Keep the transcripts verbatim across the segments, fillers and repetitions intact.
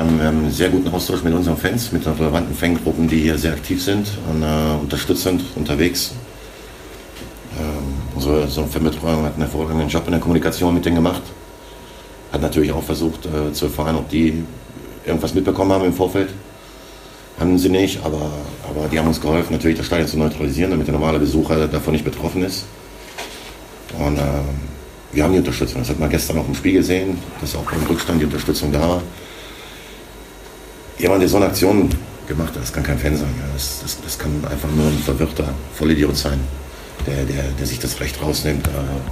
Ähm, wir haben einen sehr guten Austausch mit unseren Fans, mit den relevanten Fangruppen, die hier sehr aktiv sind und äh, unterstützend unterwegs. Ähm, unsere, unsere Fanbetreuung hat einen hervorragenden Job in der Kommunikation mit denen gemacht. Hat natürlich auch versucht äh, zu erfahren, ob die irgendwas mitbekommen haben im Vorfeld. Haben sie nicht, aber, aber die haben uns geholfen, natürlich das Stadion zu neutralisieren, damit der normale Besucher davon nicht betroffen ist. Und äh, wir haben die Unterstützung. Das hat man gestern auch im Spiel gesehen, dass auch beim Rückstand die Unterstützung da war. Jemand, der so eine Aktion gemacht hat, das kann kein Fan sein. Ja. Das, das, das kann einfach nur ein verwirrter Vollidiot sein, der, der, der sich das Recht rausnimmt,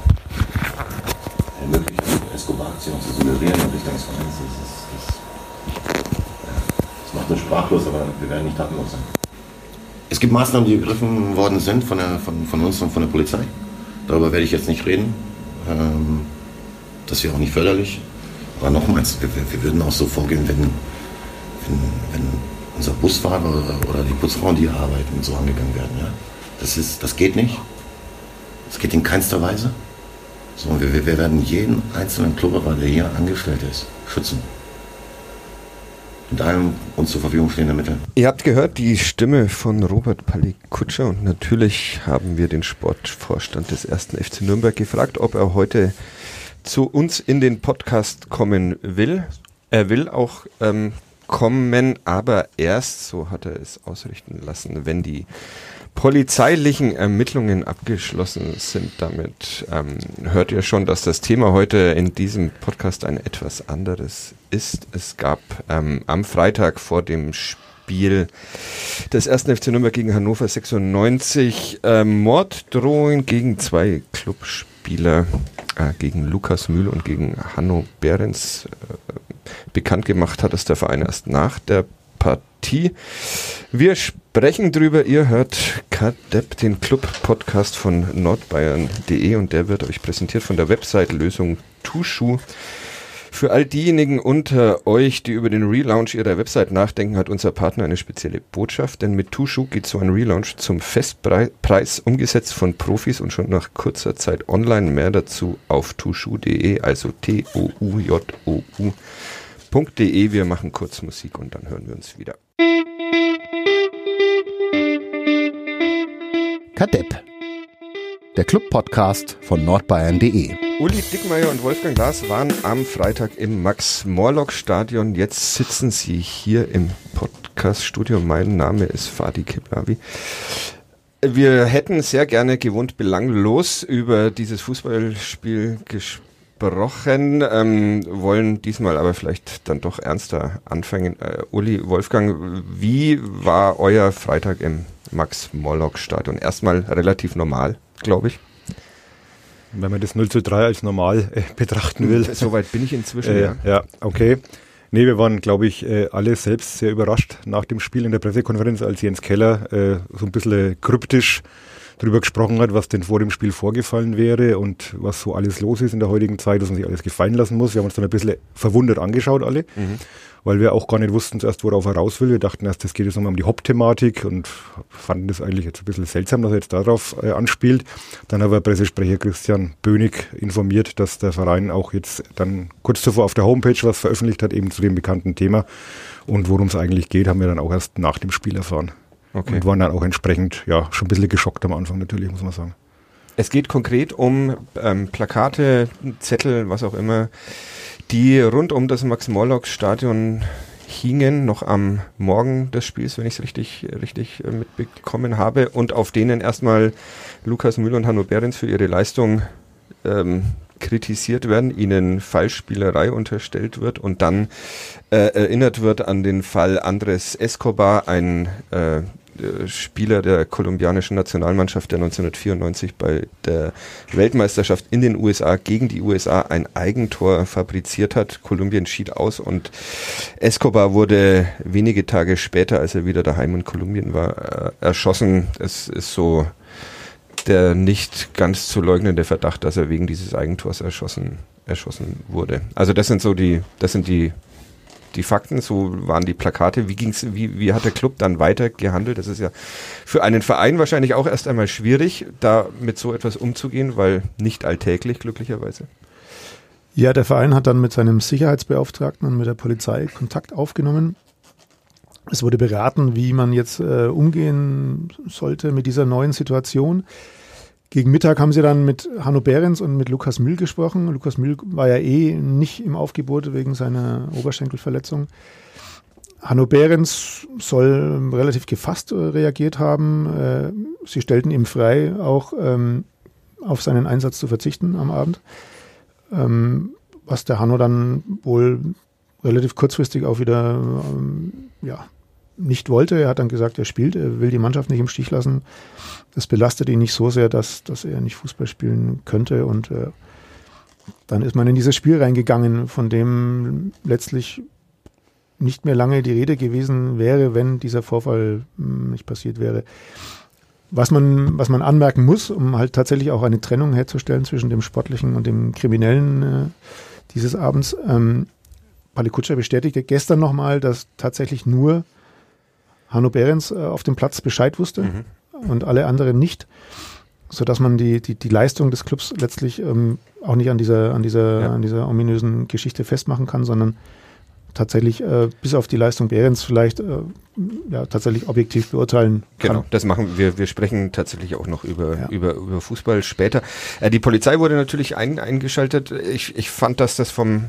äh, ermöglicht, Escobar-Aktion zu suggerieren und Richtung des Vereins. Das, das, das, ja, das macht uns sprachlos, aber wir werden nicht tatenlos sein. Es gibt Maßnahmen, die ergriffen worden sind von, der, von, von uns und von der Polizei. Darüber werde ich jetzt nicht reden. Ähm, das wäre auch nicht förderlich. Aber nochmals, wir, wir würden auch so vorgehen, wenn, wenn, wenn unser Busfahrer oder, oder die Putzfrauen, die hier arbeiten, so angegangen werden. Ja? Das, ist, das geht nicht. Das geht in keinster Weise. So, wir, wir werden jeden einzelnen Klubberer, der hier angestellt ist, schützen. Mit allen uns zur Verfügung stehenden Mitteln. Ihr habt gehört die Stimme von Robert Palikutscher und natürlich haben wir den Sportvorstand des ersten F C Nürnberg gefragt, ob er heute zu uns in den Podcast kommen will. Er will auch ähm, kommen, aber erst, so hat er es ausrichten lassen, wenn die polizeilichen Ermittlungen abgeschlossen sind. Damit ähm, hört ihr schon, dass das Thema heute in diesem Podcast ein etwas anderes ist. Es gab ähm, am Freitag vor dem Spiel des ersten F C Nürnberg gegen Hannover sechsundneunzig äh, Morddrohungen gegen zwei Clubspieler, äh, gegen Lukas Mühl und gegen Hanno Behrens. Äh, bekannt gemacht hat es der Verein erst nach der Partie. Wir sprechen drüber. Ihr hört Kadepp, den Club-Podcast von nordbayern punkt de und der wird euch präsentiert von der Website Lösung Tushu. Für all diejenigen unter euch, die über den Relaunch ihrer Website nachdenken, hat unser Partner eine spezielle Botschaft, denn mit Tushu geht so ein Relaunch zum Festpreis, umgesetzt von Profis und schon nach kurzer Zeit online. Mehr dazu auf tushu punkt de, also T O U J O U punkt de. Wir machen kurz Musik und dann hören wir uns wieder. Kadepp, der Club-Podcast von nordbayern punkt de. Uli Dickmeyer und Wolfgang Glas waren am Freitag im Max-Morlock-Stadion. Jetzt sitzen sie hier im Podcast-Studio. Mein Name ist Fadi Kiblavi. Wir hätten sehr gerne gewohnt belanglos über dieses Fußballspiel gesprochen, ähm, wollen diesmal aber vielleicht dann doch ernster anfangen. Äh, Uli, Wolfgang, wie war euer Freitag im Max-Morlock-Stadion? Erstmal relativ normal, glaube ich. Wenn man das null zu drei als normal äh, betrachten will. Soweit bin ich inzwischen, äh, ja. Ja, okay. Nee, wir waren, glaube ich, äh, alle selbst sehr überrascht nach dem Spiel in der Pressekonferenz, als Jens Keller äh, so ein bisschen kryptisch darüber gesprochen hat, was denn vor dem Spiel vorgefallen wäre und was so alles los ist in der heutigen Zeit, dass man sich alles gefallen lassen muss. Wir haben uns dann ein bisschen verwundert angeschaut alle, mhm. weil wir auch gar nicht wussten zuerst, worauf er raus will. Wir dachten erst, es geht jetzt nochmal um die Hop-Thematik und fanden das eigentlich jetzt ein bisschen seltsam, dass er jetzt darauf äh, anspielt. Dann hat aber Pressesprecher Christian Bönig informiert, dass der Verein auch jetzt dann kurz zuvor auf der Homepage was veröffentlicht hat, eben zu dem bekannten Thema. Und worum es eigentlich geht, haben wir dann auch erst nach dem Spiel erfahren. Okay. Und waren dann auch entsprechend, ja, schon ein bisschen geschockt am Anfang natürlich, muss man sagen. Es geht konkret um ähm, Plakate, Zettel, was auch immer, die rund um das Max-Morlock-Stadion hingen, noch am Morgen des Spiels, wenn ich es richtig, richtig äh, mitbekommen habe, und auf denen erstmal Lukas Mühl und Hanno Behrens für ihre Leistung ähm, kritisiert werden, ihnen Fallspielerei unterstellt wird und dann äh, erinnert wird an den Fall Andrés Escobar, ein äh, Spieler der kolumbianischen Nationalmannschaft, der neunzehnhundertvierundneunzig bei der Weltmeisterschaft in den U S A gegen die U S A ein Eigentor fabriziert hat. Kolumbien schied aus und Escobar wurde wenige Tage später, als er wieder daheim in Kolumbien war, erschossen. Es ist so der nicht ganz zu leugnende Verdacht, dass er wegen dieses Eigentors erschossen, erschossen wurde. Also das sind so die, das sind die Die Fakten, so waren die Plakate. Wie ging's, wie, wie hat der Club dann weiter gehandelt? Das ist ja für einen Verein wahrscheinlich auch erst einmal schwierig, da mit so etwas umzugehen, weil nicht alltäglich, glücklicherweise. Ja, der Verein hat dann mit seinem Sicherheitsbeauftragten und mit der Polizei Kontakt aufgenommen. Es wurde beraten, wie man jetzt äh, umgehen sollte mit dieser neuen Situation. Gegen Mittag haben sie dann mit Hanno Behrens und mit Lukas Mühl gesprochen. Lukas Mühl war ja eh nicht im Aufgebot wegen seiner Oberschenkelverletzung. Hanno Behrens soll relativ gefasst äh, reagiert haben. Äh, sie stellten ihm frei, auch ähm, auf seinen Einsatz zu verzichten am Abend. Ähm, was der Hanno dann wohl relativ kurzfristig auch wieder ähm, ja, nicht wollte. Er hat dann gesagt, er spielt, er will die Mannschaft nicht im Stich lassen. Das belastet ihn nicht so sehr, dass, dass er nicht Fußball spielen könnte. Und äh, dann ist man in dieses Spiel reingegangen, von dem letztlich nicht mehr lange die Rede gewesen wäre, wenn dieser Vorfall mh, nicht passiert wäre. Was man, was man anmerken muss, um halt tatsächlich auch eine Trennung herzustellen zwischen dem Sportlichen und dem Kriminellen äh, dieses Abends. Ähm, Pali Kutscher bestätigte gestern nochmal, dass tatsächlich nur Hanno Behrens äh, auf dem Platz Bescheid wusste mhm. und alle anderen nicht, sodass man die, die, die Leistung des Clubs letztlich ähm, auch nicht an dieser, an dieser, ja. an dieser ominösen Geschichte festmachen kann, sondern tatsächlich äh, bis auf die Leistung Behrens vielleicht äh, ja, tatsächlich objektiv beurteilen kann. Genau, das machen wir. Wir sprechen tatsächlich auch noch über, ja. über, über Fußball später. Äh, die Polizei wurde natürlich ein, eingeschaltet. Ich, ich fand, dass das vom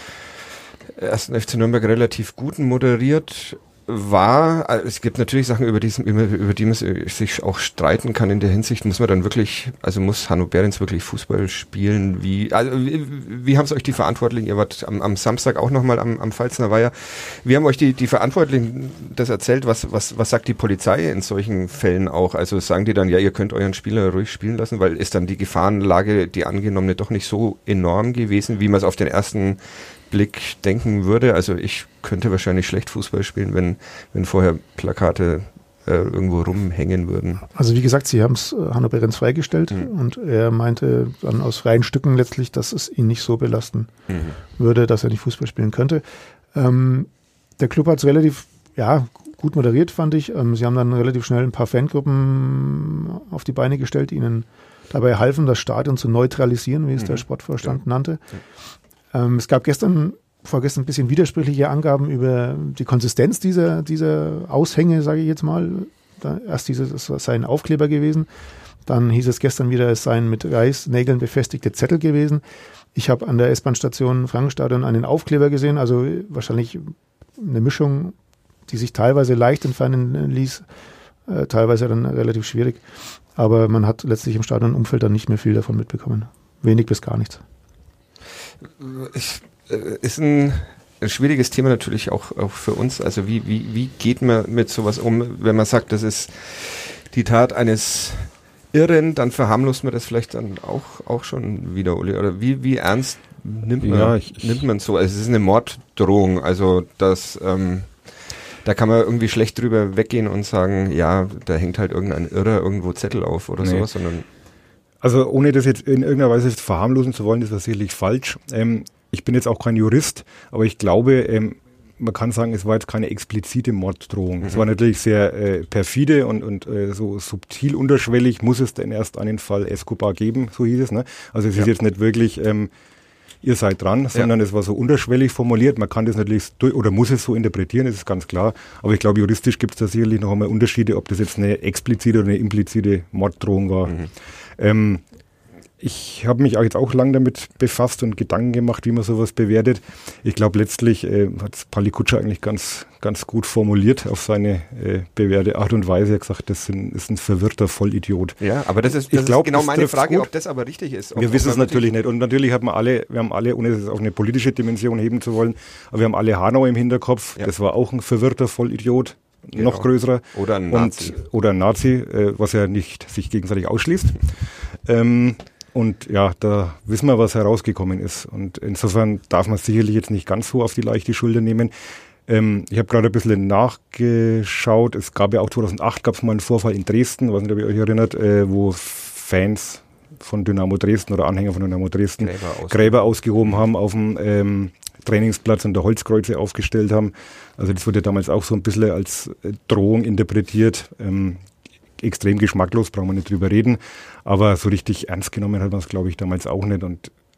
ersten F C Nürnberg relativ gut moderiert war. Es gibt natürlich Sachen, über die, über die man sich auch streiten kann. In der Hinsicht muss man dann wirklich, also muss Hanno Behrens wirklich Fußball spielen. Wie, also wie, wie haben es euch die Verantwortlichen, ihr wart am, am Samstag auch nochmal am, am Pfalzner Weiher, wie haben euch die, die Verantwortlichen das erzählt? Was, was, was sagt die Polizei in solchen Fällen auch? Also sagen die dann, ja, ihr könnt euren Spieler ruhig spielen lassen, weil ist dann die Gefahrenlage, die angenommene, doch nicht so enorm gewesen, wie man es auf den ersten Blick denken würde. Also ich könnte wahrscheinlich schlecht Fußball spielen, wenn, wenn vorher Plakate äh, irgendwo rumhängen würden. Also wie gesagt, sie haben es äh, Hanno Behrens freigestellt mhm. und er meinte dann aus freien Stücken letztlich, dass es ihn nicht so belasten mhm. würde, dass er nicht Fußball spielen könnte. Ähm, der Club hat es relativ ja, gut moderiert, fand ich. Ähm, sie haben dann relativ schnell ein paar Fangruppen auf die Beine gestellt, die ihnen dabei halfen, das Stadion zu neutralisieren, wie es mhm. der Sportvorstand ja. nannte. Ja. Ähm, es gab gestern, vorgestern ein bisschen widersprüchliche Angaben über die Konsistenz dieser, dieser Aushänge, sage ich jetzt mal. Da erst dieses, es sei ein Aufkleber gewesen, dann hieß es gestern wieder, es seien mit Reißnägeln befestigte Zettel gewesen. Ich habe an der S-Bahn-Station Frankenstadion einen Aufkleber gesehen, also wahrscheinlich eine Mischung, die sich teilweise leicht entfernen ließ, äh, teilweise dann relativ schwierig. Aber man hat letztlich im Stadionumfeld dann nicht mehr viel davon mitbekommen. Wenig bis gar nichts. Ich, äh, ist ein, ein schwieriges Thema natürlich auch, auch für uns. Also wie, wie, wie geht man mit sowas um, wenn man sagt, das ist die Tat eines Irren, dann verharmlost man das vielleicht dann auch, auch schon wieder, Uli. Oder wie, wie ernst nimmt man, ja, ich, nimmt man so? Also es ist eine Morddrohung, also das, ähm, da kann man irgendwie schlecht drüber weggehen und sagen, ja, da hängt halt irgendein Irrer irgendwo Zettel auf oder nee. sowas, sondern Also ohne das jetzt in irgendeiner Weise verharmlosen zu wollen, ist das sicherlich falsch. Ähm, ich bin jetzt auch kein Jurist, aber ich glaube, ähm, man kann sagen, es war jetzt keine explizite Morddrohung. Mhm. Es war natürlich sehr äh, perfide und, und äh, so subtil unterschwellig, muss es denn erst einen Fall Escobar geben, so hieß es. Ne? Also es ja. ist jetzt nicht wirklich, ähm, ihr seid dran, sondern ja. es war so unterschwellig formuliert. Man kann das natürlich, durch, oder muss es so interpretieren, das ist ganz klar. Aber ich glaube, juristisch gibt es da sicherlich noch einmal Unterschiede, ob das jetzt eine explizite oder eine implizite Morddrohung war. Mhm. Ähm, ich habe mich auch jetzt auch lange damit befasst und Gedanken gemacht, wie man sowas bewertet. Ich glaube, letztlich äh, hat Pali Kutscher eigentlich ganz, ganz gut formuliert auf seine äh, bewährte Art und Weise. Er hat gesagt, das sind, ist ein verwirrter Vollidiot. Ja, aber das ist, das ich glaub, ist genau das meine Frage, gut. ob das aber richtig ist. Wir wissen es natürlich nicht. Und natürlich hat man alle, wir haben alle, ohne es auf eine politische Dimension heben zu wollen, aber wir haben alle Hanau im Hinterkopf. Ja. Das war auch ein verwirrter Vollidiot. Genau. Noch größerer. Oder ein Nazi. Und, oder ein Nazi, äh, was ja nicht sich gegenseitig ausschließt. ähm, und ja, da wissen wir, was herausgekommen ist. Und insofern darf man sicherlich jetzt nicht ganz so auf die leichte Schulter nehmen. Ähm, ich habe gerade ein bisschen nachgeschaut. Es gab ja auch zweitausendacht gab es mal einen Vorfall in Dresden, weiß nicht, ob ihr euch erinnert, äh, wo Fans von Dynamo Dresden oder Anhänger von Dynamo Dresden Gräber, ausgehoben. Gräber ausgehoben haben auf dem ähm, Trainingsplatz und da Holzkreuze aufgestellt haben. Also das wurde damals auch so ein bisschen als Drohung interpretiert. Ähm, extrem geschmacklos, brauchen wir nicht drüber reden. Aber so richtig ernst genommen hat man es, glaube ich, damals auch nicht. Und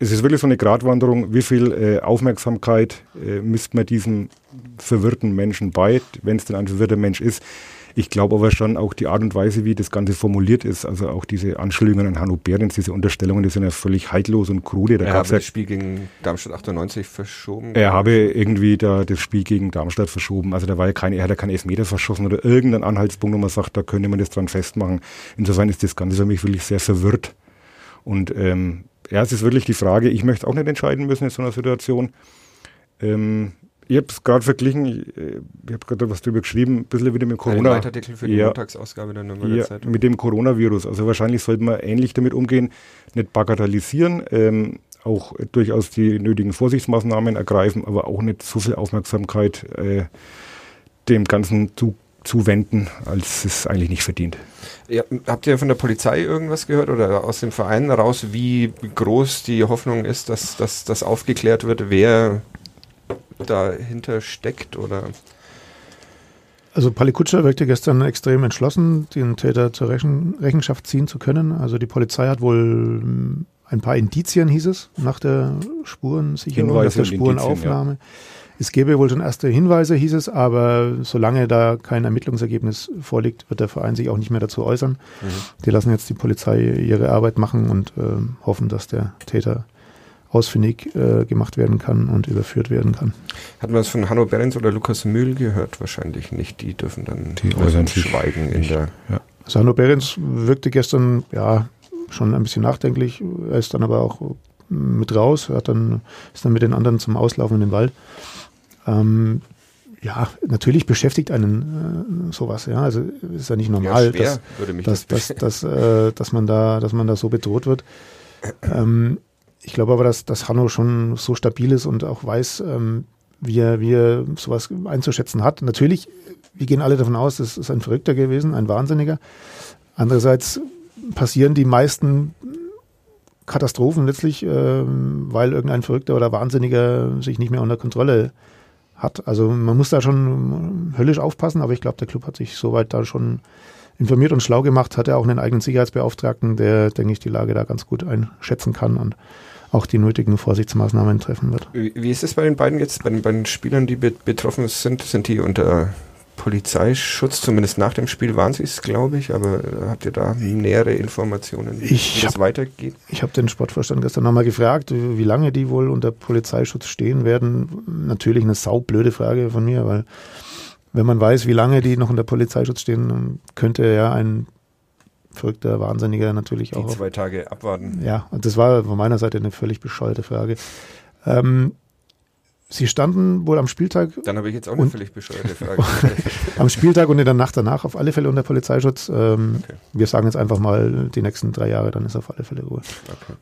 es ist wirklich so eine Gratwanderung, wie viel äh, Aufmerksamkeit äh, misst man diesem verwirrten Menschen bei, wenn es denn ein verwirrter Mensch ist. Ich glaube aber schon auch die Art und Weise, wie das Ganze formuliert ist, also auch diese Anschuldigungen an Hanno Behrens, diese Unterstellungen, die sind ja völlig haltlos und krude. Da er gab's habe ja, das Spiel gegen Darmstadt achtundneunzig verschoben. er habe irgendwie da das Spiel gegen Darmstadt verschoben. Also da war ja keine, er hat ja keinen Elfmeter verschossen oder irgendeinen Anhaltspunkt, wo man sagt, da könnte man das dran festmachen. Insofern ist das Ganze für mich wirklich sehr verwirrt. Und ähm, ja, es ist wirklich die Frage, ich möchte auch nicht entscheiden müssen in so einer Situation. Ähm, Ich habe es gerade verglichen, ich, ich habe gerade was drüber geschrieben, ein bisschen wieder mit Corona. Ein Leitartikel für die ja, Montagsausgabe der Nürnberger ja, Zeitung. mit dem Coronavirus. Also wahrscheinlich sollte man ähnlich damit umgehen, nicht bagatellisieren, ähm, auch durchaus die nötigen Vorsichtsmaßnahmen ergreifen, aber auch nicht so viel Aufmerksamkeit äh, dem Ganzen zu, zuwenden, als es eigentlich nicht verdient. Ja, habt ihr von der Polizei irgendwas gehört oder aus dem Verein raus, wie groß die Hoffnung ist, dass das aufgeklärt wird, wer dahinter steckt? Oder? Also Pali Kutscher wirkte gestern extrem entschlossen, den Täter zur Rechen, Rechenschaft ziehen zu können. Also die Polizei hat wohl ein paar Indizien, hieß es, nach der Spurensicherung, nach Hinweise der und Spurenaufnahme. Indizien, ja. Es gäbe wohl schon erste Hinweise, hieß es, aber solange da kein Ermittlungsergebnis vorliegt, wird der Verein sich auch nicht mehr dazu äußern. Mhm. Die lassen jetzt die Polizei ihre Arbeit machen und äh, hoffen, dass der Täter ausfindig äh, gemacht werden kann und überführt werden kann. Hat man es von Hanno Behrens oder Lukas Mühl gehört? Wahrscheinlich nicht. Die dürfen dann die äußern sich schweigen in der. Ja. Also Hanno Behrens wirkte gestern ja schon ein bisschen nachdenklich. Er ist dann aber auch mit raus. Er hat dann, ist dann mit den anderen zum Auslaufen in den Wald. Ähm, ja, natürlich beschäftigt einen äh, sowas. Ja, also ist ja nicht normal, ja, schwer, dass, würde mich dass, das dass, dass, äh, dass man da, dass man da so bedroht wird. Ähm, Ich glaube aber, dass, dass Hanno schon so stabil ist und auch weiß, ähm, wie, er, wie er sowas einzuschätzen hat. Natürlich, wir gehen alle davon aus, das ist ein Verrückter gewesen, ein Wahnsinniger. Andererseits passieren die meisten Katastrophen letztlich, ähm, weil irgendein Verrückter oder Wahnsinniger sich nicht mehr unter Kontrolle hat. Also man muss da schon höllisch aufpassen, aber ich glaube, der Club hat sich soweit da schon informiert und schlau gemacht, hat er auch einen eigenen Sicherheitsbeauftragten, der, denke ich, die Lage da ganz gut einschätzen kann und auch die nötigen Vorsichtsmaßnahmen treffen wird. Wie, wie ist es bei den beiden jetzt, bei den beiden Spielern, die be- betroffen sind? Sind die unter Polizeischutz? Zumindest nach dem Spiel waren sie es, glaube ich, aber habt ihr da nähere Informationen, wie, ich wie das hab, weitergeht? Ich habe den Sportvorstand gestern nochmal gefragt, wie, wie lange die wohl unter Polizeischutz stehen werden. Natürlich eine saublöde Frage von mir, weil wenn man weiß, wie lange die noch unter Polizeischutz stehen, dann könnte ja ein verrückter Wahnsinniger natürlich die auch. Die zwei Tage abwarten. Ja, und das war von meiner Seite eine völlig bescheuerte Frage. Ähm, sie standen wohl am Spieltag. Dann habe ich jetzt auch eine völlig bescheuerte Frage. Am Spieltag und in der Nacht danach auf alle Fälle unter Polizeischutz. Ähm, okay. Wir sagen jetzt einfach mal die nächsten drei Jahre, dann ist auf alle Fälle Ruhe. Okay.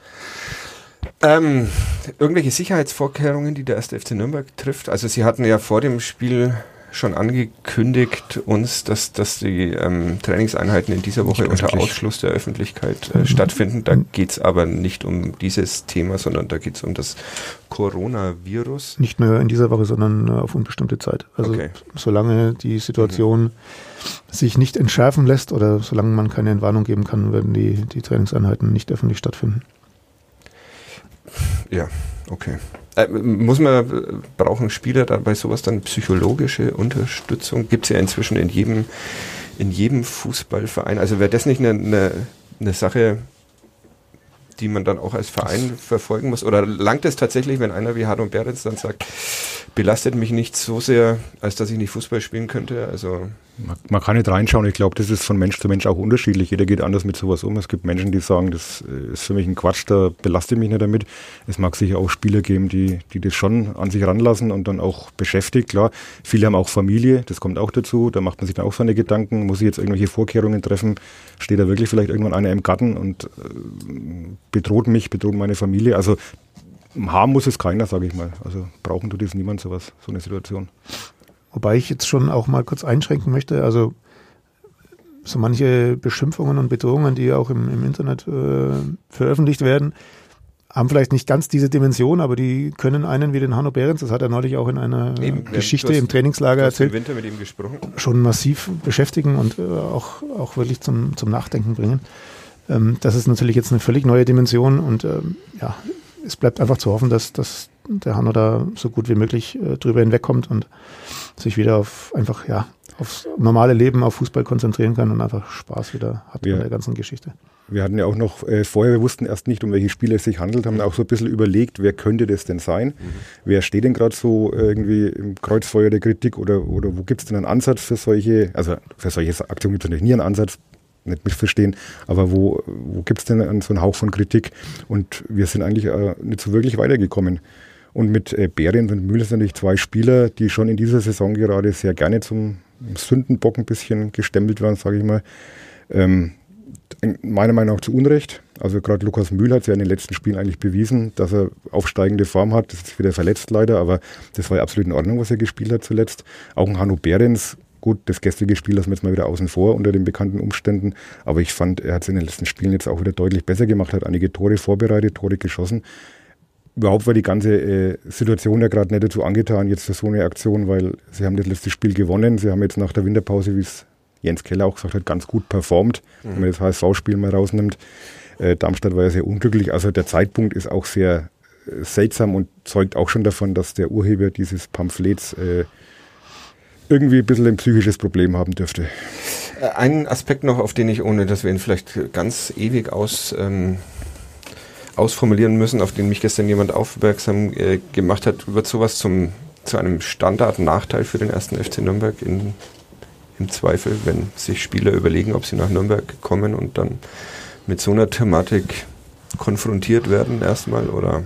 Ähm, irgendwelche Sicherheitsvorkehrungen, die der erste F C Nürnberg trifft? Also Sie hatten ja vor dem Spiel schon angekündigt uns, dass, dass die ähm, Trainingseinheiten in dieser Woche unter Ausschluss der Öffentlichkeit äh, mhm. stattfinden. Da geht es aber nicht um dieses Thema, sondern da geht es um das Coronavirus. Nicht nur in dieser Woche, sondern auf unbestimmte Zeit. Also okay. solange die Situation mhm. sich nicht entschärfen lässt oder solange man keine Entwarnung geben kann, werden die, die Trainingseinheiten nicht öffentlich stattfinden. Ja, okay. Äh, muss man, brauchen Spieler dabei sowas dann psychologische Unterstützung? Gibt es ja inzwischen in jedem, in jedem Fußballverein. Also wäre das nicht eine, eine, eine Sache, die man dann auch als Verein das verfolgen muss? Oder langt es tatsächlich, wenn einer wie Hanno Behrens dann sagt, belastet mich nicht so sehr, als dass ich nicht Fußball spielen könnte? Also man, man kann nicht reinschauen. Ich glaube, das ist von Mensch zu Mensch auch unterschiedlich. Jeder geht anders mit sowas um. Es gibt Menschen, die sagen, das ist für mich ein Quatsch, da belastet mich nicht damit. Es mag sicher auch Spieler geben, die, die das schon an sich ranlassen und dann auch beschäftigt. Klar, viele haben auch Familie, das kommt auch dazu. Da macht man sich dann auch seine Gedanken. Muss ich jetzt irgendwelche Vorkehrungen treffen? Steht da wirklich vielleicht irgendwann einer im Garten und äh, bedroht mich, bedroht meine Familie? Also haben muss es keiner, sage ich mal. Also brauchen tut es niemand sowas, so eine Situation. Wobei ich jetzt schon auch mal kurz einschränken möchte, also so manche Beschimpfungen und Bedrohungen, die auch im, im Internet äh, veröffentlicht werden, haben vielleicht nicht ganz diese Dimension, aber die können einen wie den Hanno Behrens, das hat er neulich auch in einer Eben, Geschichte hast, im Trainingslager erzählt, im Winter mit ihm gesprochen. Schon massiv beschäftigen und äh, auch, auch wirklich zum, zum Nachdenken bringen. Ähm, das ist natürlich jetzt eine völlig neue Dimension und ähm, ja, es bleibt einfach zu hoffen, dass, dass der Hanno da so gut wie möglich äh, drüber hinwegkommt und sich wieder auf einfach, ja, aufs normale Leben, auf Fußball konzentrieren kann und einfach Spaß wieder hat ja. an der ganzen Geschichte. Wir hatten ja auch noch äh, vorher, wir wussten erst nicht, um welche Spiele es sich handelt, haben auch so ein bisschen überlegt, wer könnte das denn sein? Mhm. Wer steht denn gerade so irgendwie im Kreuzfeuer der Kritik oder, oder wo gibt es denn einen Ansatz für solche, also für solche Aktionen gibt es natürlich nie einen Ansatz, nicht missverstehen, aber wo, wo gibt es denn einen, so einen Hauch von Kritik? Und wir sind eigentlich äh, nicht so wirklich weitergekommen. Und mit äh, Behrens und Mühl sind natürlich zwei Spieler, die schon in dieser Saison gerade sehr gerne zum Sündenbock ein bisschen gestempelt werden, sage ich mal. Ähm, meiner Meinung nach zu Unrecht. Also gerade Lukas Mühl hat es ja in den letzten Spielen eigentlich bewiesen, dass er aufsteigende Form hat. Das ist wieder verletzt leider, aber das war ja absolut in Ordnung, was er gespielt hat zuletzt. Auch ein Hanno Behrens, gut, das gestrige Spiel lassen wir jetzt mal wieder außen vor unter den bekannten Umständen, aber ich fand, er hat es in den letzten Spielen jetzt auch wieder deutlich besser gemacht, hat einige Tore vorbereitet, Tore geschossen. Überhaupt war die ganze äh, Situation ja gerade nicht dazu angetan, jetzt für so eine Aktion, weil sie haben das letzte Spiel gewonnen, sie haben jetzt nach der Winterpause, wie es Jens Keller auch gesagt hat, ganz gut performt, mhm. wenn man das H S V-Spiel mal rausnimmt. Äh, Darmstadt war ja sehr unglücklich, also der Zeitpunkt ist auch sehr äh, seltsam und zeugt auch schon davon, dass der Urheber dieses Pamphlets äh, irgendwie ein bisschen ein psychisches Problem haben dürfte. Ein Aspekt noch, auf den ich, ohne dass wir ihn vielleicht ganz ewig aus, ähm, ausformulieren müssen, auf den mich gestern jemand aufmerksam äh, gemacht hat, wird sowas zum, zu einem Standard-Nachteil für den ersten F C Nürnberg in, im Zweifel, wenn sich Spieler überlegen, ob sie nach Nürnberg kommen und dann mit so einer Thematik konfrontiert werden erstmal, oder?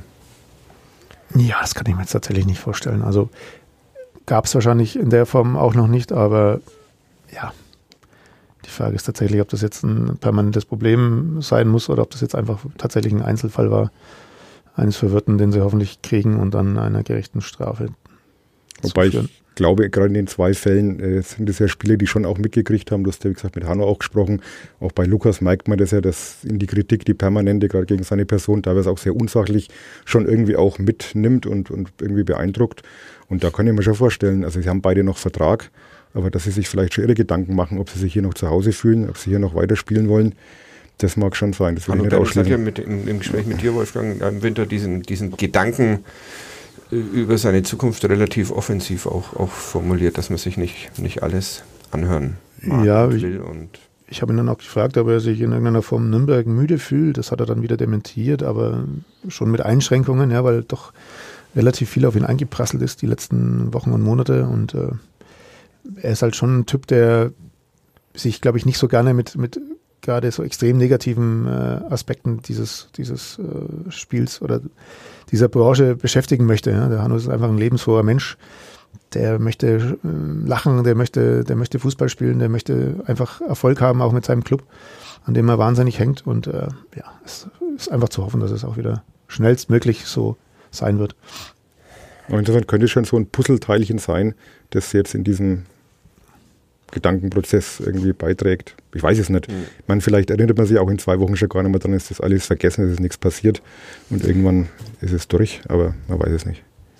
Ja, das kann ich mir jetzt tatsächlich nicht vorstellen. Also gab es wahrscheinlich in der Form auch noch nicht, aber ja, die Frage ist tatsächlich, ob das jetzt ein permanentes Problem sein muss oder ob das jetzt einfach tatsächlich ein Einzelfall war, eines Verwirrten, den sie hoffentlich kriegen und dann einer gerechten Strafe Wobei zuführen. Ich glaube, gerade in den zwei Fällen äh, sind es ja Spieler, die schon auch mitgekriegt haben. Du hast ja, wie gesagt, mit Hanno auch gesprochen. Auch bei Lukas merkt man das ja, dass in die Kritik, die permanente, gerade gegen seine Person, teilweise auch sehr unsachlich, schon irgendwie auch mitnimmt und, und irgendwie beeindruckt. Und da kann ich mir schon vorstellen, also sie haben beide noch Vertrag, aber dass sie sich vielleicht schon ihre Gedanken machen, ob sie sich hier noch zu Hause fühlen, ob sie hier noch weiterspielen wollen, das mag schon sein. Das will Hanno ich nicht ausschließen. hat ja mit, im, im Gespräch mit dir, Wolfgang, im Winter diesen, diesen Gedanken über seine Zukunft relativ offensiv auch, auch formuliert, dass man sich nicht, nicht alles anhören mag ja, und ich, will. Und ich habe ihn dann auch gefragt, ob er sich in irgendeiner Form Nürnberg müde fühlt. Das hat er dann wieder dementiert, aber schon mit Einschränkungen, ja, weil doch relativ viel auf ihn eingeprasselt ist die letzten Wochen und Monate. Und äh, er ist halt schon ein Typ, der sich, glaube ich, nicht so gerne mit, mit gerade so extrem negativen äh, Aspekten dieses, dieses äh, Spiels oder dieser Branche beschäftigen möchte. Ja. Der Hanno ist einfach ein lebensfroher Mensch, der möchte äh, lachen, der möchte, der möchte Fußball spielen, der möchte einfach Erfolg haben, auch mit seinem Club, an dem er wahnsinnig hängt. Und äh, ja, es ist einfach zu hoffen, dass es auch wieder schnellstmöglich so sein wird. Und insofern könnte es schon so ein Puzzleteilchen sein, das jetzt in diesem Gedankenprozess irgendwie beiträgt. Ich weiß es nicht. Mhm. Ich meine, vielleicht erinnert man sich auch in zwei Wochen schon gar nicht mehr dran, ist das alles vergessen, es ist nichts passiert und irgendwann ist es durch, aber man weiß es nicht.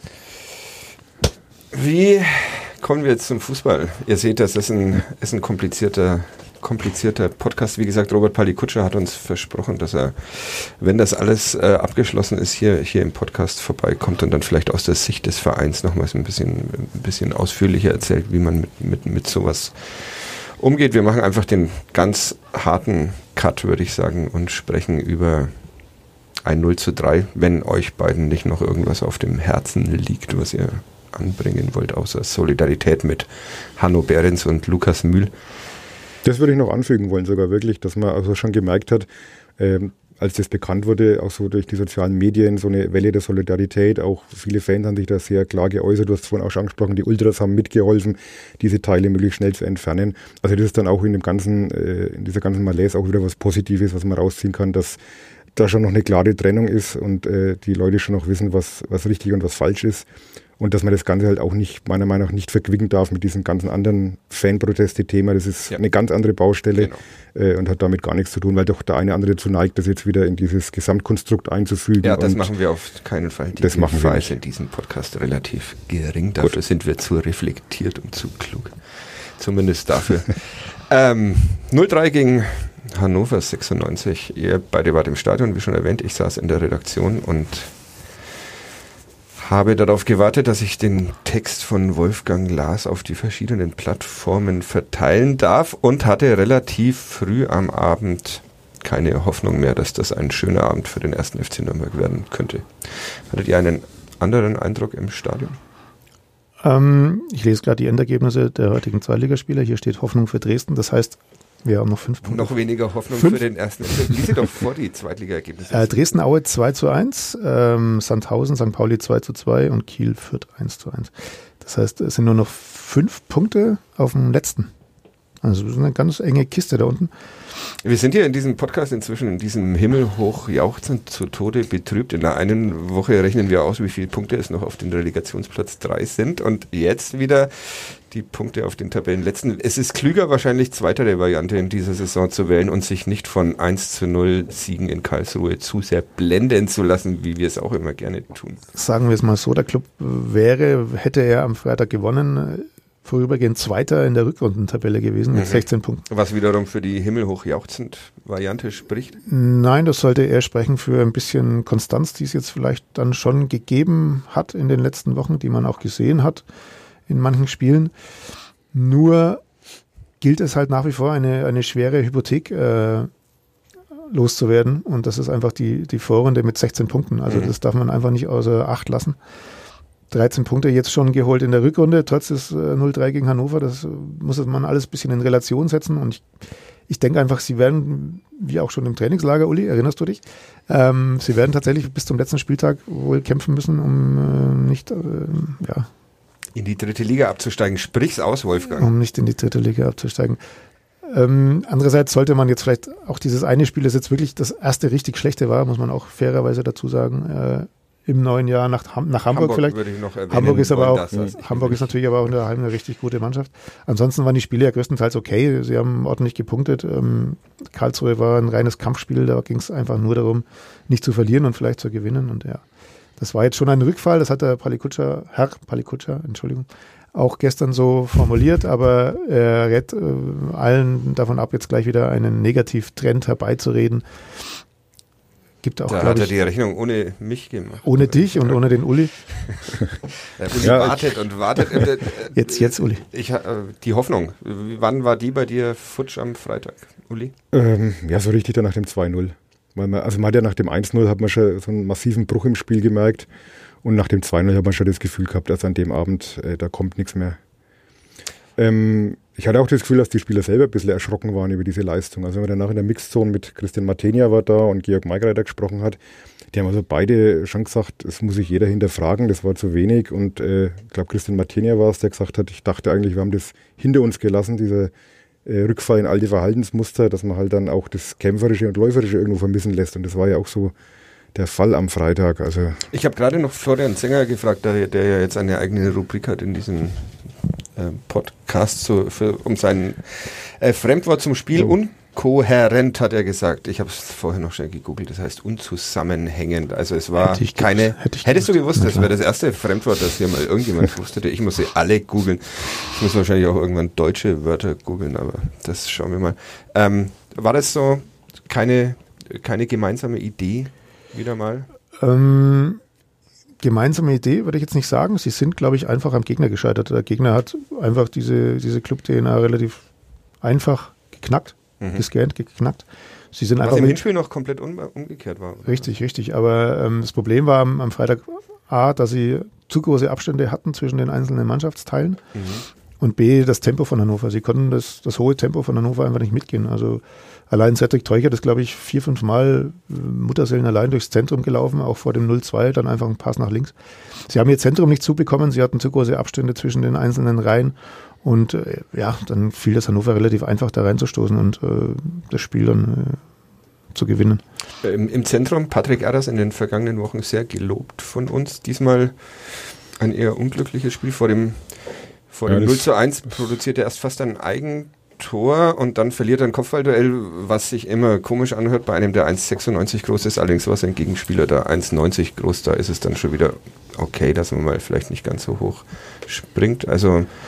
Wie kommen wir jetzt zum Fußball? Ihr seht, das ist ein, ist ein komplizierter, komplizierter Podcast. Wie gesagt, Robert Palikutscher hat uns versprochen, dass er, wenn das alles äh, abgeschlossen ist, hier, hier im Podcast vorbeikommt und dann vielleicht aus der Sicht des Vereins nochmals ein bisschen, ein bisschen ausführlicher erzählt, wie man mit, mit, mit sowas umgeht. Wir machen einfach den ganz harten Cut, würde ich sagen, und sprechen über ein null zu drei, wenn euch beiden nicht noch irgendwas auf dem Herzen liegt, was ihr anbringen wollt, außer Solidarität mit Hanno Behrens und Lukas Mühl. Das würde ich noch anfügen wollen, sogar wirklich, dass man also schon gemerkt hat, ähm, als das bekannt wurde, auch so durch die sozialen Medien, so eine Welle der Solidarität, auch viele Fans haben sich da sehr klar geäußert, du hast es vorhin auch schon angesprochen, die Ultras haben mitgeholfen, diese Teile möglichst schnell zu entfernen. Also das ist dann auch in dem ganzen, äh, in dieser ganzen Malaise auch wieder was Positives, was man rausziehen kann, dass da schon noch eine klare Trennung ist und äh, die Leute schon noch wissen, was, was richtig und was falsch ist. Und dass man das Ganze halt auch nicht, meiner Meinung nach, nicht verquicken darf mit diesem ganzen anderen Fanproteste-Thema. Das ist ja eine ganz andere Baustelle, genau. äh, und hat damit gar nichts zu tun, weil doch der eine oder andere dazu neigt, das jetzt wieder in dieses Gesamtkonstrukt einzufügen. Ja, das machen wir auf keinen Fall. Die das machen wir nicht. In diesem Podcast relativ gering. Dafür Gut. sind wir zu reflektiert und zu klug. Zumindest dafür. ähm, null drei gegen Hannover sechsundneunzig. Ihr beide wart im Stadion, wie schon erwähnt. Ich saß in der Redaktion und habe darauf gewartet, dass ich den Text von Wolfgang Lars auf die verschiedenen Plattformen verteilen darf und hatte relativ früh am Abend keine Hoffnung mehr, dass das ein schöner Abend für den ersten F C Nürnberg werden könnte. Hattet ihr einen anderen Eindruck im Stadion? Ähm, ich lese gerade die Endergebnisse der heutigen Zweitligaspieler. Hier steht Hoffnung für Dresden. Das heißt, wir haben noch fünf Punkte. Noch weniger Hoffnung fünf? für den ersten F C. Lies doch vor die Zweitliga-Ergebnisse. Äh, Dresden-Aue zwei zu eins, ähm, Sandhausen, Sankt Pauli zwei zu zwei und Kiel-Fürth eins zu eins. Das heißt, es sind nur noch fünf Punkte auf dem letzten. Also das ist eine ganz enge Kiste da unten. Wir sind hier in diesem Podcast inzwischen in diesem Himmel hoch jauchzend zu Tode betrübt. In der einen Woche rechnen wir aus, wie viele Punkte es noch auf den Relegationsplatz drei sind. Und jetzt wieder die Punkte auf den Tabellenletzten. Es ist klüger, wahrscheinlich zweitere Variante in dieser Saison zu wählen und sich nicht von eins zu null Siegen in Karlsruhe zu sehr blenden zu lassen, wie wir es auch immer gerne tun. Sagen wir es mal so, der Club wäre, hätte er am Freitag gewonnen, vorübergehend Zweiter in der Rückrundentabelle gewesen mit mhm. sechzehn Punkten. Was wiederum für die himmelhoch jauchzend Variante spricht? Nein, das sollte eher sprechen für ein bisschen Konstanz, die es jetzt vielleicht dann schon gegeben hat in den letzten Wochen, die man auch gesehen hat in manchen Spielen. Nur gilt es halt nach wie vor, eine, eine schwere Hypothek äh, loszuwerden. Und das ist einfach die, die Vorrunde mit sechzehn Punkten. Also mhm. das darf man einfach nicht außer Acht lassen. dreizehn Punkte jetzt schon geholt in der Rückrunde, trotz des äh, null drei gegen Hannover. Das muss man alles ein bisschen in Relation setzen. Und ich, ich denke einfach, sie werden, wie auch schon im Trainingslager, Uli, erinnerst du dich, ähm, sie werden tatsächlich bis zum letzten Spieltag wohl kämpfen müssen, um äh, nicht, äh, ja, in die dritte Liga abzusteigen. Sprich's aus, Wolfgang. Um nicht in die dritte Liga abzusteigen. Ähm, andererseits sollte man jetzt vielleicht auch dieses eine Spiel, das jetzt wirklich das erste richtig schlechte war, muss man auch fairerweise dazu sagen, äh, im neuen Jahr nach, Ham- nach Hamburg, Hamburg vielleicht. Würde ich noch erwähnen, Hamburg ist aber auch, das, also Hamburg ist natürlich aber auch in der Heim eine richtig gute Mannschaft. Ansonsten waren die Spiele ja größtenteils okay. Sie haben ordentlich gepunktet. Ähm, Karlsruhe war ein reines Kampfspiel. Da ging es einfach nur darum, nicht zu verlieren und vielleicht zu gewinnen. Und ja, das war jetzt schon ein Rückfall. Das hat der Palikutscher, Herr Palikutscher, Entschuldigung, auch gestern so formuliert. Aber er rät äh, allen davon ab, jetzt gleich wieder einen Negativtrend herbeizureden. Gibt auch, da hat er die Rechnung ohne mich gemacht. Ohne dich und ohne den Uli. Der Uli ja, wartet und wartet. Jetzt, jetzt, Uli. Ich, äh, die Hoffnung, wann war die bei dir futsch am Freitag, Uli? Ähm, ja, so richtig dann nach dem zwei null. Weil man, also man hat ja nach dem eins null hat man schon so einen massiven Bruch im Spiel gemerkt und nach dem zwei null hat man schon das Gefühl gehabt, dass an dem Abend, äh, da kommt nichts mehr. Ähm, ich hatte auch das Gefühl, dass die Spieler selber ein bisschen erschrocken waren über diese Leistung. Also wenn man danach in der Mixzone mit Christian Matenia war da und Georg Maigreiter gesprochen hat, die haben also beide schon gesagt, es muss sich jeder hinterfragen, das war zu wenig. Und äh, ich glaube, Christian Matenia war es, der gesagt hat, ich dachte eigentlich, wir haben das hinter uns gelassen, dieser äh, Rückfall in alte Verhaltensmuster, dass man halt dann auch das Kämpferische und Läuferische irgendwo vermissen lässt. Und das war ja auch so der Fall am Freitag. Also ich habe gerade noch Florian Zenger gefragt, der, der ja jetzt eine eigene Rubrik hat in diesem Podcast zu, für, um sein äh, Fremdwort zum Spiel. Oh. Unkohärent, hat er gesagt. Ich habe es vorher noch schnell gegoogelt. Das heißt unzusammenhängend. Also es war hätte keine... Gewusst, hätte hättest du gewusst, das wäre das erste Fremdwort, das hier mal irgendjemand wusste. Ich muss sie alle googeln. Ich muss wahrscheinlich auch irgendwann deutsche Wörter googeln, aber das schauen wir mal. Ähm, war das so keine, keine gemeinsame Idee wieder mal? Ähm... Gemeinsame Idee würde ich jetzt nicht sagen. Sie sind, glaube ich, einfach am Gegner gescheitert. Der Gegner hat einfach diese, diese Club-D N A relativ einfach geknackt, mhm. gescannt, geknackt. Sie sind Was einfach im mit, Hinspiel noch komplett un- umgekehrt war. Oder? Richtig, richtig. Aber ähm, das Problem war am, am Freitag A, dass sie zu große Abstände hatten zwischen den einzelnen Mannschaftsteilen mhm. und B, das Tempo von Hannover. Sie konnten das, das hohe Tempo von Hannover einfach nicht mitgehen. Also allein Cedric Teuchert ist, glaube ich, vier, fünf Mal Mutterseelen allein durchs Zentrum gelaufen, auch vor dem null zwei, dann einfach ein Pass nach links. Sie haben ihr Zentrum nicht zubekommen, sie hatten zu große Abstände zwischen den einzelnen Reihen und äh, ja, dann fiel das Hannover relativ einfach da reinzustoßen und äh, das Spiel dann äh, zu gewinnen. Im, Im Zentrum, Patrick Erras in den vergangenen Wochen sehr gelobt von uns. Diesmal ein eher unglückliches Spiel vor dem, vor dem ja, null zu eins, produziert er erst fast ein Eigentor und dann verliert er ein Kopfballduell, was sich immer komisch anhört bei einem, der eins sechsundneunzig groß ist. Allerdings war sein Gegenspieler da eins neunzig groß, da ist es dann schon wieder okay, dass man mal vielleicht nicht ganz so hoch springt. Also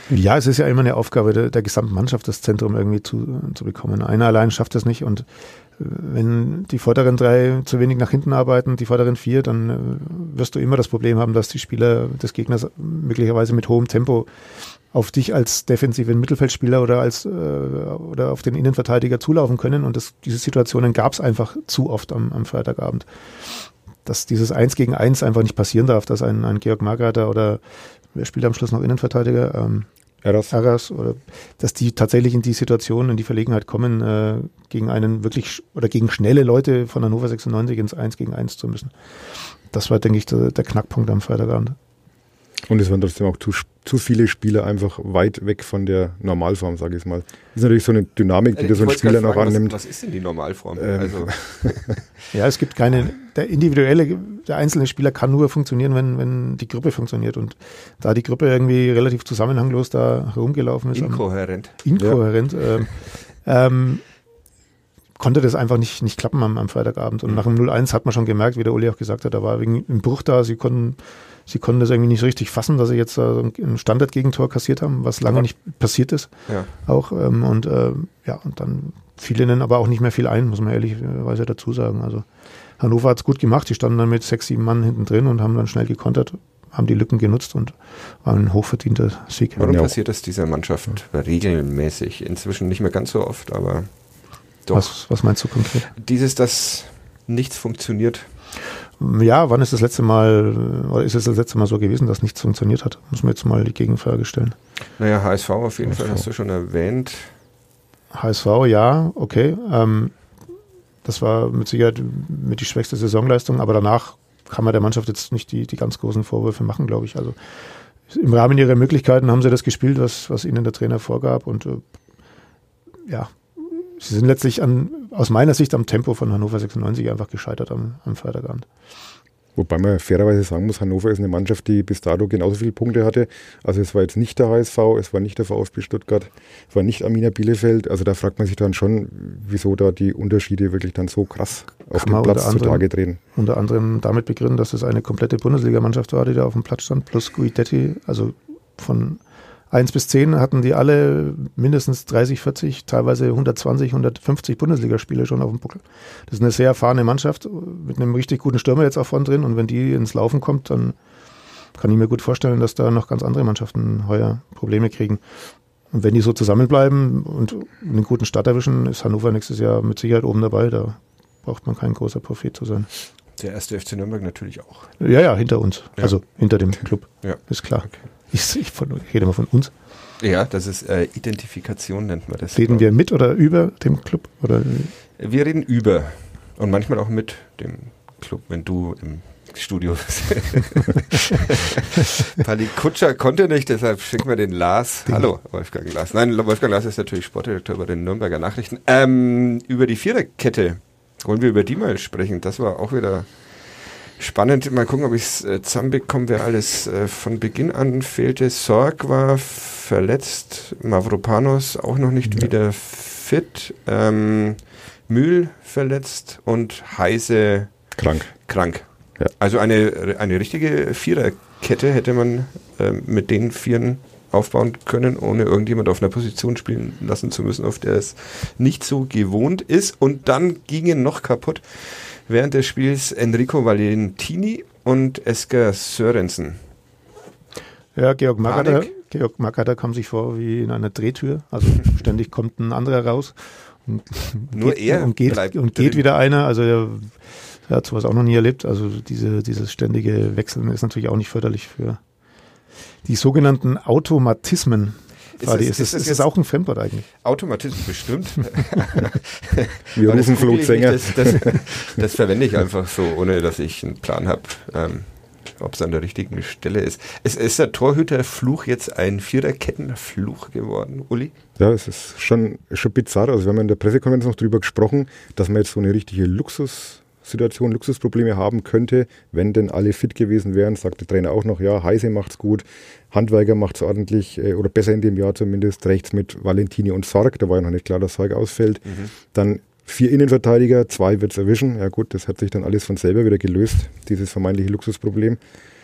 Ja, es ist ja immer eine Aufgabe der, der gesamten Mannschaft, das Zentrum irgendwie zu, zu bekommen. Einer allein schafft das nicht und wenn die vorderen drei zu wenig nach hinten arbeiten, die vorderen vier, dann äh, wirst du immer das Problem haben, dass die Spieler des Gegners möglicherweise mit hohem Tempo auf dich als defensiven Mittelfeldspieler oder als äh, oder auf den Innenverteidiger zulaufen können. Und das, diese Situationen gab es einfach zu oft am, am Freitagabend. Dass dieses Eins gegen Eins einfach nicht passieren darf, dass ein, ein Georg Margreiter oder wer spielt am Schluss noch Innenverteidiger? Ähm, Eras. Eras, oder dass die tatsächlich in die Situation, in die Verlegenheit kommen, äh, gegen einen wirklich oder gegen schnelle Leute von Hannover sechsundneunzig ins Eins gegen Eins zu müssen. Das war, denke ich, der, der Knackpunkt am Freitagabend. Und es waren trotzdem auch zu, zu viele Spieler einfach weit weg von der Normalform, sage ich mal. Das ist natürlich so eine Dynamik, die ich da so ein Spieler noch fragen, annimmt. Was, was ist denn die Normalform? Ähm. Also. Ja, es gibt keine, der individuelle, der einzelne Spieler kann nur funktionieren, wenn, wenn die Gruppe funktioniert. Und da die Gruppe irgendwie relativ zusammenhanglos da herumgelaufen ist. Inkohärent. Am, inkohärent. Ja. Ähm, ähm, konnte das einfach nicht, nicht klappen am, am Freitagabend. Und nach dem null eins hat man schon gemerkt, wie der Uli auch gesagt hat, da war wegen ein Bruch da. Sie konnten, sie konnten das irgendwie nicht so richtig fassen, dass sie jetzt äh, ein Standardgegentor kassiert haben, was lange nicht passiert ist. Ja. Auch, ähm, und, äh, ja, und dann fiel ihnen aber auch nicht mehr viel ein, muss man ehrlicherweise dazu sagen. Also Hannover hat es gut gemacht. Die standen dann mit sechs, sieben Mann hinten drin und haben dann schnell gekontert, haben die Lücken genutzt und war ein hochverdienter Sieg. Warum Ja. passiert das dieser Mannschaft regelmäßig? Inzwischen nicht mehr ganz so oft, aber doch. Was, was meinst du konkret? Dieses, dass nichts funktioniert. Ja, wann ist das letzte Mal, oder ist es das letzte Mal so gewesen, dass nichts funktioniert hat? Muss man jetzt mal die Gegenfrage stellen. Naja, H S V auf jeden H S V. Fall, hast du schon erwähnt. H S V, ja, okay. Ähm, das war mit Sicherheit mit die schwächste Saisonleistung, aber danach kann man der Mannschaft jetzt nicht die, die ganz großen Vorwürfe machen, glaube ich. Also im Rahmen ihrer Möglichkeiten haben sie das gespielt, was, was ihnen der Trainer vorgab und äh, ja, sie sind letztlich an, aus meiner Sicht am Tempo von Hannover sechsundneunzig einfach gescheitert am, am Freitagabend. Wobei man fairerweise sagen muss, Hannover ist eine Mannschaft, die bis dato genauso viele Punkte hatte. Also es war jetzt nicht der H S V, es war nicht der VfB Stuttgart, es war nicht Arminia Bielefeld. Also da fragt man sich dann schon, wieso da die Unterschiede wirklich dann so krass auf dem Platz zutage treten. Unter anderem damit begründen, dass es eine komplette Bundesligamannschaft war, die da auf dem Platz stand, plus Guidetti, also von eins bis zehn hatten die alle mindestens dreißig, vierzig, teilweise hundertzwanzig, hundertfünfzig Bundesligaspiele schon auf dem Buckel. Das ist eine sehr erfahrene Mannschaft mit einem richtig guten Stürmer jetzt auch vorn drin und wenn die ins Laufen kommt, dann kann ich mir gut vorstellen, dass da noch ganz andere Mannschaften heuer Probleme kriegen. Und wenn die so zusammenbleiben und einen guten Start erwischen, ist Hannover nächstes Jahr mit Sicherheit oben dabei. Da braucht man kein großer Prophet zu sein. Der erste F C Nürnberg natürlich auch. Ja, ja, hinter uns. Ja. Also hinter dem Club. Ja. Ist klar. Okay. Ich, ich, von, ich rede immer von uns. Ja, das ist äh, Identifikation, nennt man das. Reden wir mit oder über dem Club? Oder? Wir reden über und manchmal auch mit dem Club, wenn du im Studio bist. Pali Kutscher konnte nicht, deshalb schicken wir den Lars. Den Hallo, Wolfgang Lars. Nein, Wolfgang Lars ist natürlich Sportdirektor bei den Nürnberger Nachrichten. Ähm, über die Viererkette wollen wir über die mal sprechen. Das war auch wieder spannend. Mal gucken, ob ich es äh, zusammenbekomme, wer alles äh, von Beginn an fehlte. Sorg war verletzt, Mavropanos auch noch nicht ja. wieder fit, ähm, Mühl verletzt und Heise krank. krank. Ja. Also eine, eine richtige Viererkette hätte man äh, mit den Vieren aufbauen können, ohne irgendjemand auf einer Position spielen lassen zu müssen, auf der es nicht so gewohnt ist. Und dann gingen noch kaputt während des Spiels Enrico Valentini und Esker Sörensen. Ja, Georg Magader, Georg Magader kam sich vor wie in einer Drehtür. Also ständig kommt ein anderer raus. Und Nur geht, er und geht, bleibt und geht drin. wieder einer. Also er, er hat sowas auch noch nie erlebt. Also diese, dieses ständige Wechseln ist natürlich auch nicht förderlich für die sogenannten Automatismen. Ist das, ist, ist, ist das auch ein Fremdwort eigentlich? Automatismus bestimmt. Wir rufen Flo Zenger. Das, das, das verwende ich einfach so, ohne dass ich einen Plan habe, ähm, ob es an der richtigen Stelle ist. Es ist der Torhüterfluch jetzt ein Viererkettenfluch geworden, Uli? Ja, es ist schon, schon bizarr. Also wir haben in der Pressekonferenz noch darüber gesprochen, dass man jetzt so eine richtige Luxussituation, Luxusprobleme haben könnte, wenn denn alle fit gewesen wären, sagt der Trainer auch noch, ja, Heise macht's gut, Handwerker macht's ordentlich, äh, oder besser in dem Jahr zumindest, rechts mit Valentini und Sorg, da war ja noch nicht klar, dass Sorg ausfällt. Mhm. Dann vier Innenverteidiger, zwei wird's erwischen, ja gut, das hat sich dann alles von selber wieder gelöst, dieses vermeintliche Luxusproblem.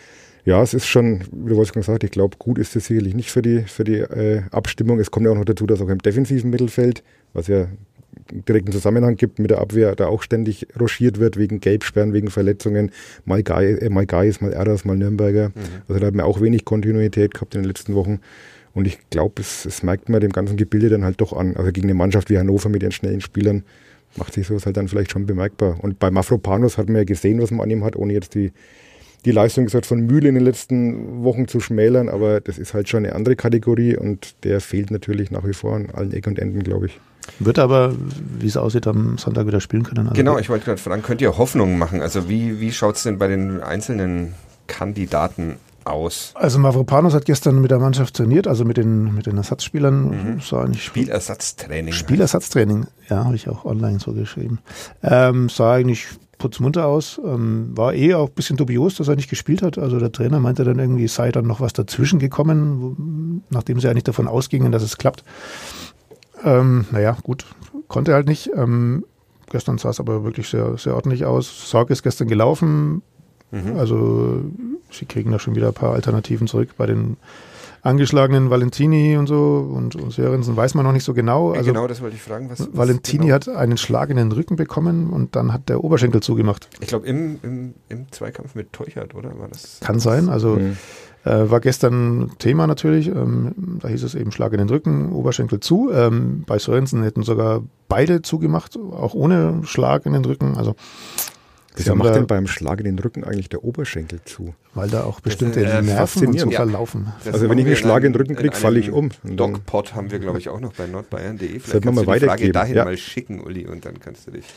Ja, es ist schon, wie der Wolfgang sagt, ich glaube, gut ist es sicherlich nicht für die, für die äh, Abstimmung. Es kommt ja auch noch dazu, dass auch im defensiven Mittelfeld, was ja direkten Zusammenhang gibt mit der Abwehr, da auch ständig rochiert wird wegen Gelbsperren, wegen Verletzungen. Mal Geis, äh, mal, Geis, mal Erdas, mal Nürnberger. Mhm. Also da hat man auch wenig Kontinuität gehabt in den letzten Wochen. Und ich glaube, es, es merkt man dem ganzen Gebilde dann halt doch an. Also gegen eine Mannschaft wie Hannover mit ihren schnellen Spielern macht sich sowas halt dann vielleicht schon bemerkbar. Und bei Mavropanos hat man ja gesehen, was man an ihm hat, ohne jetzt die, die Leistung gesagt von Mühle in den letzten Wochen zu schmälern. Aber das ist halt schon eine andere Kategorie und der fehlt natürlich nach wie vor an allen Ecken und Enden, glaube ich. Wird aber, wie es aussieht, am Sonntag wieder spielen können. Also genau, ich wollte gerade fragen, könnt ihr Hoffnungen machen? Also wie, wie schaut es denn bei den einzelnen Kandidaten aus? Also Mavropanos hat gestern mit der Mannschaft trainiert, also mit den, mit den Ersatzspielern. Mhm. So eigentlich Spielersatztraining. Spielersatztraining, ja, habe ich auch online so geschrieben. Ähm, sah eigentlich putzmunter aus, ähm, war eh auch ein bisschen dubios, dass er nicht gespielt hat. Also der Trainer meinte dann irgendwie, sei dann noch was dazwischen gekommen, wo, nachdem sie eigentlich davon ausgingen, dass es klappt. Ähm, naja, gut, konnte halt nicht. Ähm, gestern sah es aber wirklich sehr, sehr ordentlich aus. Sorg ist gestern gelaufen. Mhm. Also sie kriegen da schon wieder ein paar Alternativen zurück. Bei den angeschlagenen Valentini und so und, und Sörensen weiß man noch nicht so genau. Ja, also genau, das wollte ich fragen. Was, Valentini was genau? hat einen Schlag in den Rücken bekommen und dann hat der Oberschenkel zugemacht. Ich glaube im, im, im Zweikampf mit Teuchert, oder? War das? Kann sein, also mhm. Äh, war gestern Thema natürlich, ähm, da hieß es eben Schlag in den Rücken, Oberschenkel zu. Ähm, bei Sörensen hätten sogar beide zugemacht, auch ohne Schlag in den Rücken. Also wieso macht denn beim Schlag in den Rücken eigentlich der Oberschenkel zu? Weil da auch bestimmte das, äh, Nerven und so ja. verlaufen. Das also wenn ich einen Schlag in den Rücken kriege, falle ich um. Dogpod haben wir, glaube ich, auch noch bei nordbayern punkt de. Vielleicht Sollte kannst man mal du die Frage weitergeben. dahin Ja. mal schicken, Uli, und dann kannst du dich...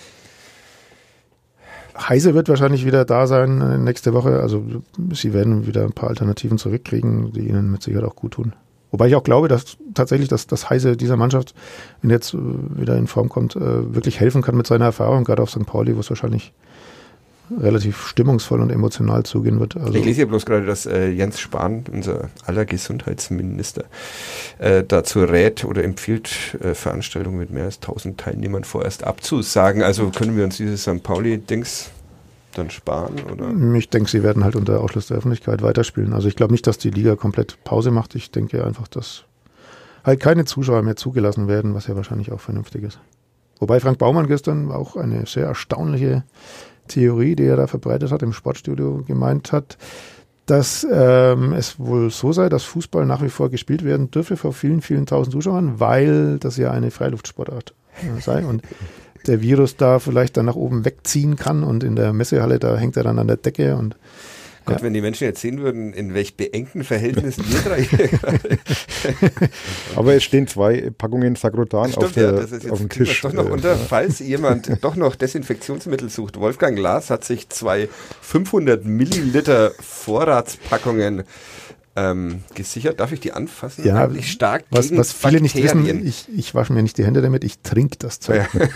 Heise wird wahrscheinlich wieder da sein äh, nächste Woche. Also sie werden wieder ein paar Alternativen zurückkriegen, die ihnen mit Sicherheit auch gut tun. Wobei ich auch glaube, dass tatsächlich, dass, dass Heise dieser Mannschaft, wenn er jetzt äh, wieder in Form kommt, äh, wirklich helfen kann mit seiner Erfahrung, gerade auf Sankt Pauli, wo es wahrscheinlich relativ stimmungsvoll und emotional zugehen wird. Also ich lese hier bloß gerade, dass äh, Jens Spahn, unser aller Gesundheitsminister, äh, dazu rät oder empfiehlt, äh, Veranstaltungen mit mehr als tausend Teilnehmern vorerst abzusagen. Also können wir uns dieses Sankt Pauli-Dings dann sparen? Oder? Ich denke, sie werden halt unter Ausschluss der Öffentlichkeit weiterspielen. Also ich glaube nicht, dass die Liga komplett Pause macht. Ich denke einfach, dass halt keine Zuschauer mehr zugelassen werden, was ja wahrscheinlich auch vernünftig ist. Wobei Frank Baumann gestern auch eine sehr erstaunliche Theorie, die er da verbreitet hat, im Sportstudio gemeint hat, dass ähm, es wohl so sei, dass Fußball nach wie vor gespielt werden dürfe vor vielen, vielen tausend Zuschauern, weil das ja eine Freiluftsportart äh, sei und der Virus da vielleicht dann nach oben wegziehen kann und in der Messehalle, da hängt er dann an der Decke und Gott, ja. Wenn die Menschen jetzt sehen würden, in welch beengten Verhältnissen wir drei hier gerade. Aber es stehen zwei Packungen Sagrotan Stimmt, auf, der, ja, das ist jetzt, auf dem Tisch. Doch noch unter, falls jemand doch noch Desinfektionsmittel sucht. Wolfgang Lars hat sich zwei fünfhundert Milliliter Vorratspackungen ähm, gesichert. Darf ich die anfassen? Ja, eigentlich stark was, gegen was viele Bakterien. nicht wissen, ich, ich wasche mir nicht die Hände damit, ich trinke das Zeug. Ja.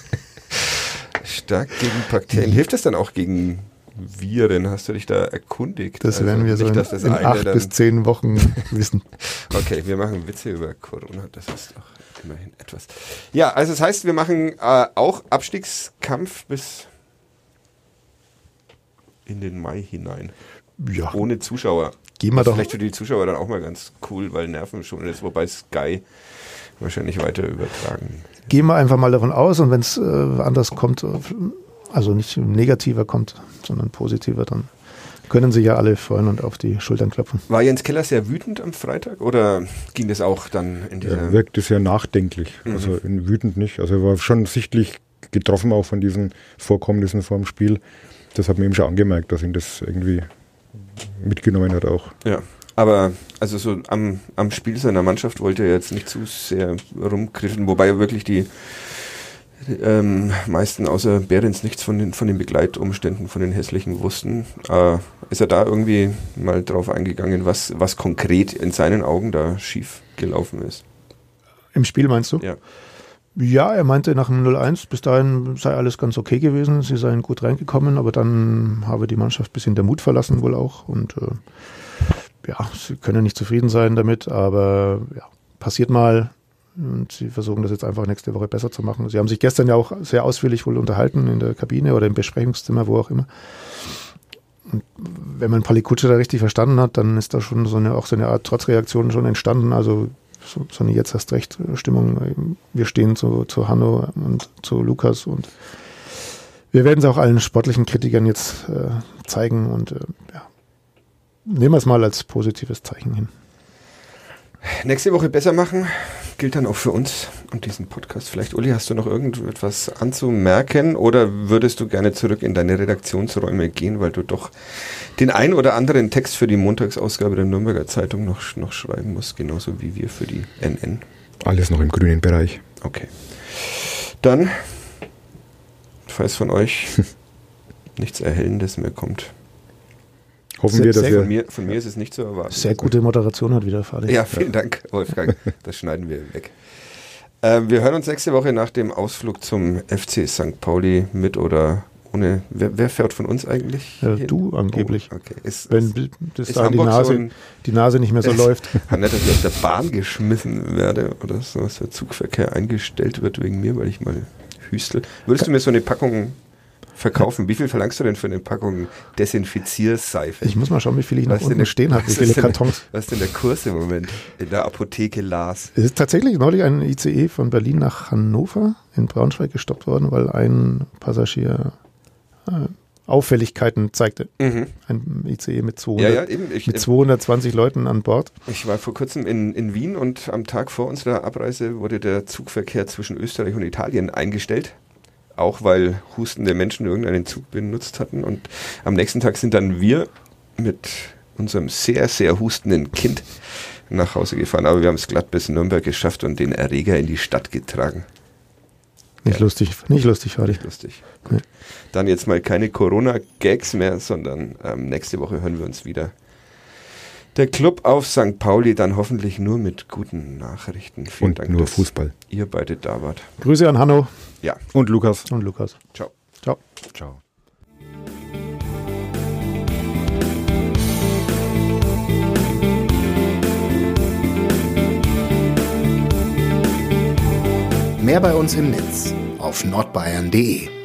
Stark gegen Bakterien. Hilft das dann auch gegen Viren? Hast du dich da erkundigt? Das also werden wir nicht, so in, dass das in eine acht dann bis zehn Wochen wissen. Okay, wir machen Witze über Corona, das ist doch immerhin etwas. Ja, also das heißt, wir machen äh, auch Abstiegskampf bis in den Mai hinein. Ja. Ohne Zuschauer. Gehen wir doch. Vielleicht für die Zuschauer dann auch mal ganz cool, weil Nerven schon ist, wobei Sky wahrscheinlich weiter übertragen. Gehen wir einfach mal davon aus und wenn es äh, anders kommt, also nicht negativer kommt, sondern positiver, dann können sich ja alle freuen und auf die Schultern klopfen. War Jens Keller sehr wütend am Freitag oder ging das auch dann in dieser... Er wirkte sehr nachdenklich, mhm. also in wütend nicht. Also er war schon sichtlich getroffen auch von diesen Vorkommnissen vor dem Spiel. Das hat man ihm schon angemerkt, dass ihn das irgendwie mitgenommen hat auch. Ja, aber also so am, am Spiel seiner Mannschaft wollte er jetzt nicht zu sehr rumgriffen, wobei wirklich die ähm, meisten außer Behrens nichts von den, von den Begleitumständen, von den hässlichen wussten. Äh, ist er da irgendwie mal drauf eingegangen, was, was konkret in seinen Augen da schief gelaufen ist? Im Spiel meinst du? Ja. Ja, er meinte nach dem null eins, bis dahin sei alles ganz okay gewesen, sie seien gut reingekommen, aber dann habe die Mannschaft ein bisschen der Mut verlassen wohl auch und äh, ja, sie können nicht zufrieden sein damit, aber ja, passiert mal und sie versuchen das jetzt einfach nächste Woche besser zu machen. Sie haben sich gestern ja auch sehr ausführlich wohl unterhalten in der Kabine oder im Besprechungszimmer, wo auch immer. Und wenn man Pali Kutscher da richtig verstanden hat, dann ist da schon so eine, auch so eine Art Trotzreaktion schon entstanden. Also so, so eine jetzt erst recht Stimmung. Wir stehen zu, zu Hanno und zu Lukas und wir werden es auch allen sportlichen Kritikern jetzt äh, zeigen und äh, ja, nehmen wir es mal als positives Zeichen hin. Nächste Woche besser machen, gilt dann auch für uns und diesen Podcast. Vielleicht, Uli, hast du noch irgendetwas anzumerken oder würdest du gerne zurück in deine Redaktionsräume gehen, weil du doch den ein oder anderen Text für die Montagsausgabe der Nürnberger Zeitung noch, noch schreiben musst, genauso wie wir für die N N? Alles noch im grünen Bereich. Okay. Dann, falls von euch nichts Erhellendes mehr kommt. Hoffen sehr, wir, dass sehr wir... Von mir, von mir ist es nicht zu erwarten. Sehr gute Moderation hat wieder Fadi. Ja, vielen Dank, Wolfgang. Das schneiden wir weg. Äh, wir hören uns nächste Woche nach dem Ausflug zum F C Sankt Pauli mit oder ohne. Wer, wer fährt von uns eigentlich? Ja, hin? du angeblich. Oh, okay. Ist, Wenn ist, das ist da die Hamburg Nase, so ein- die Nase nicht mehr so Es- läuft. Kann nicht, dass ich aus der Bahn geschmissen werde oder so, dass der Zugverkehr eingestellt wird wegen mir, weil ich mal hüstel. Würdest du mir so eine Packung verkaufen? Wie viel verlangst du denn für eine Packung Desinfizierseife? Ich muss mal schauen, wie viel ich noch Was ist denn unten der- stehen habe, wie was viele ist denn der- Kartons. Was ist denn der Kurs im Moment in der Apotheke Lars? Es ist tatsächlich neulich ein I C E von Berlin nach Hannover in Braunschweig gestoppt worden, weil ein Passagier äh, Auffälligkeiten zeigte. Mhm. Ein I C E mit Ja, zweihundert, ja, eben. Ich, mit zweihundertzweiundzwanzig Leuten an Bord. ich war vor kurzem in, in Wien und am Tag vor unserer Abreise wurde der Zugverkehr zwischen Österreich und Italien eingestellt. Auch weil hustende Menschen irgendeinen Zug benutzt hatten. Und am nächsten Tag sind dann wir mit unserem sehr, sehr hustenden Kind nach Hause gefahren. Aber wir haben es glatt bis Nürnberg geschafft und den Erreger in die Stadt getragen. Nicht Ja. lustig, nicht lustig, Fadi. Nicht lustig. Gut. Dann jetzt mal keine Corona-Gags mehr, sondern ähm, nächste Woche hören wir uns wieder. Der Club auf Sankt Pauli, dann hoffentlich nur mit guten Nachrichten. Vielen Und Dank, nur dass Fußball. ihr beide da wart. Grüße an Hanno Ja, Und Lukas. und Lukas. ciao. Ciao. Ciao. Mehr bei uns im Netz auf nordbayern punkt de.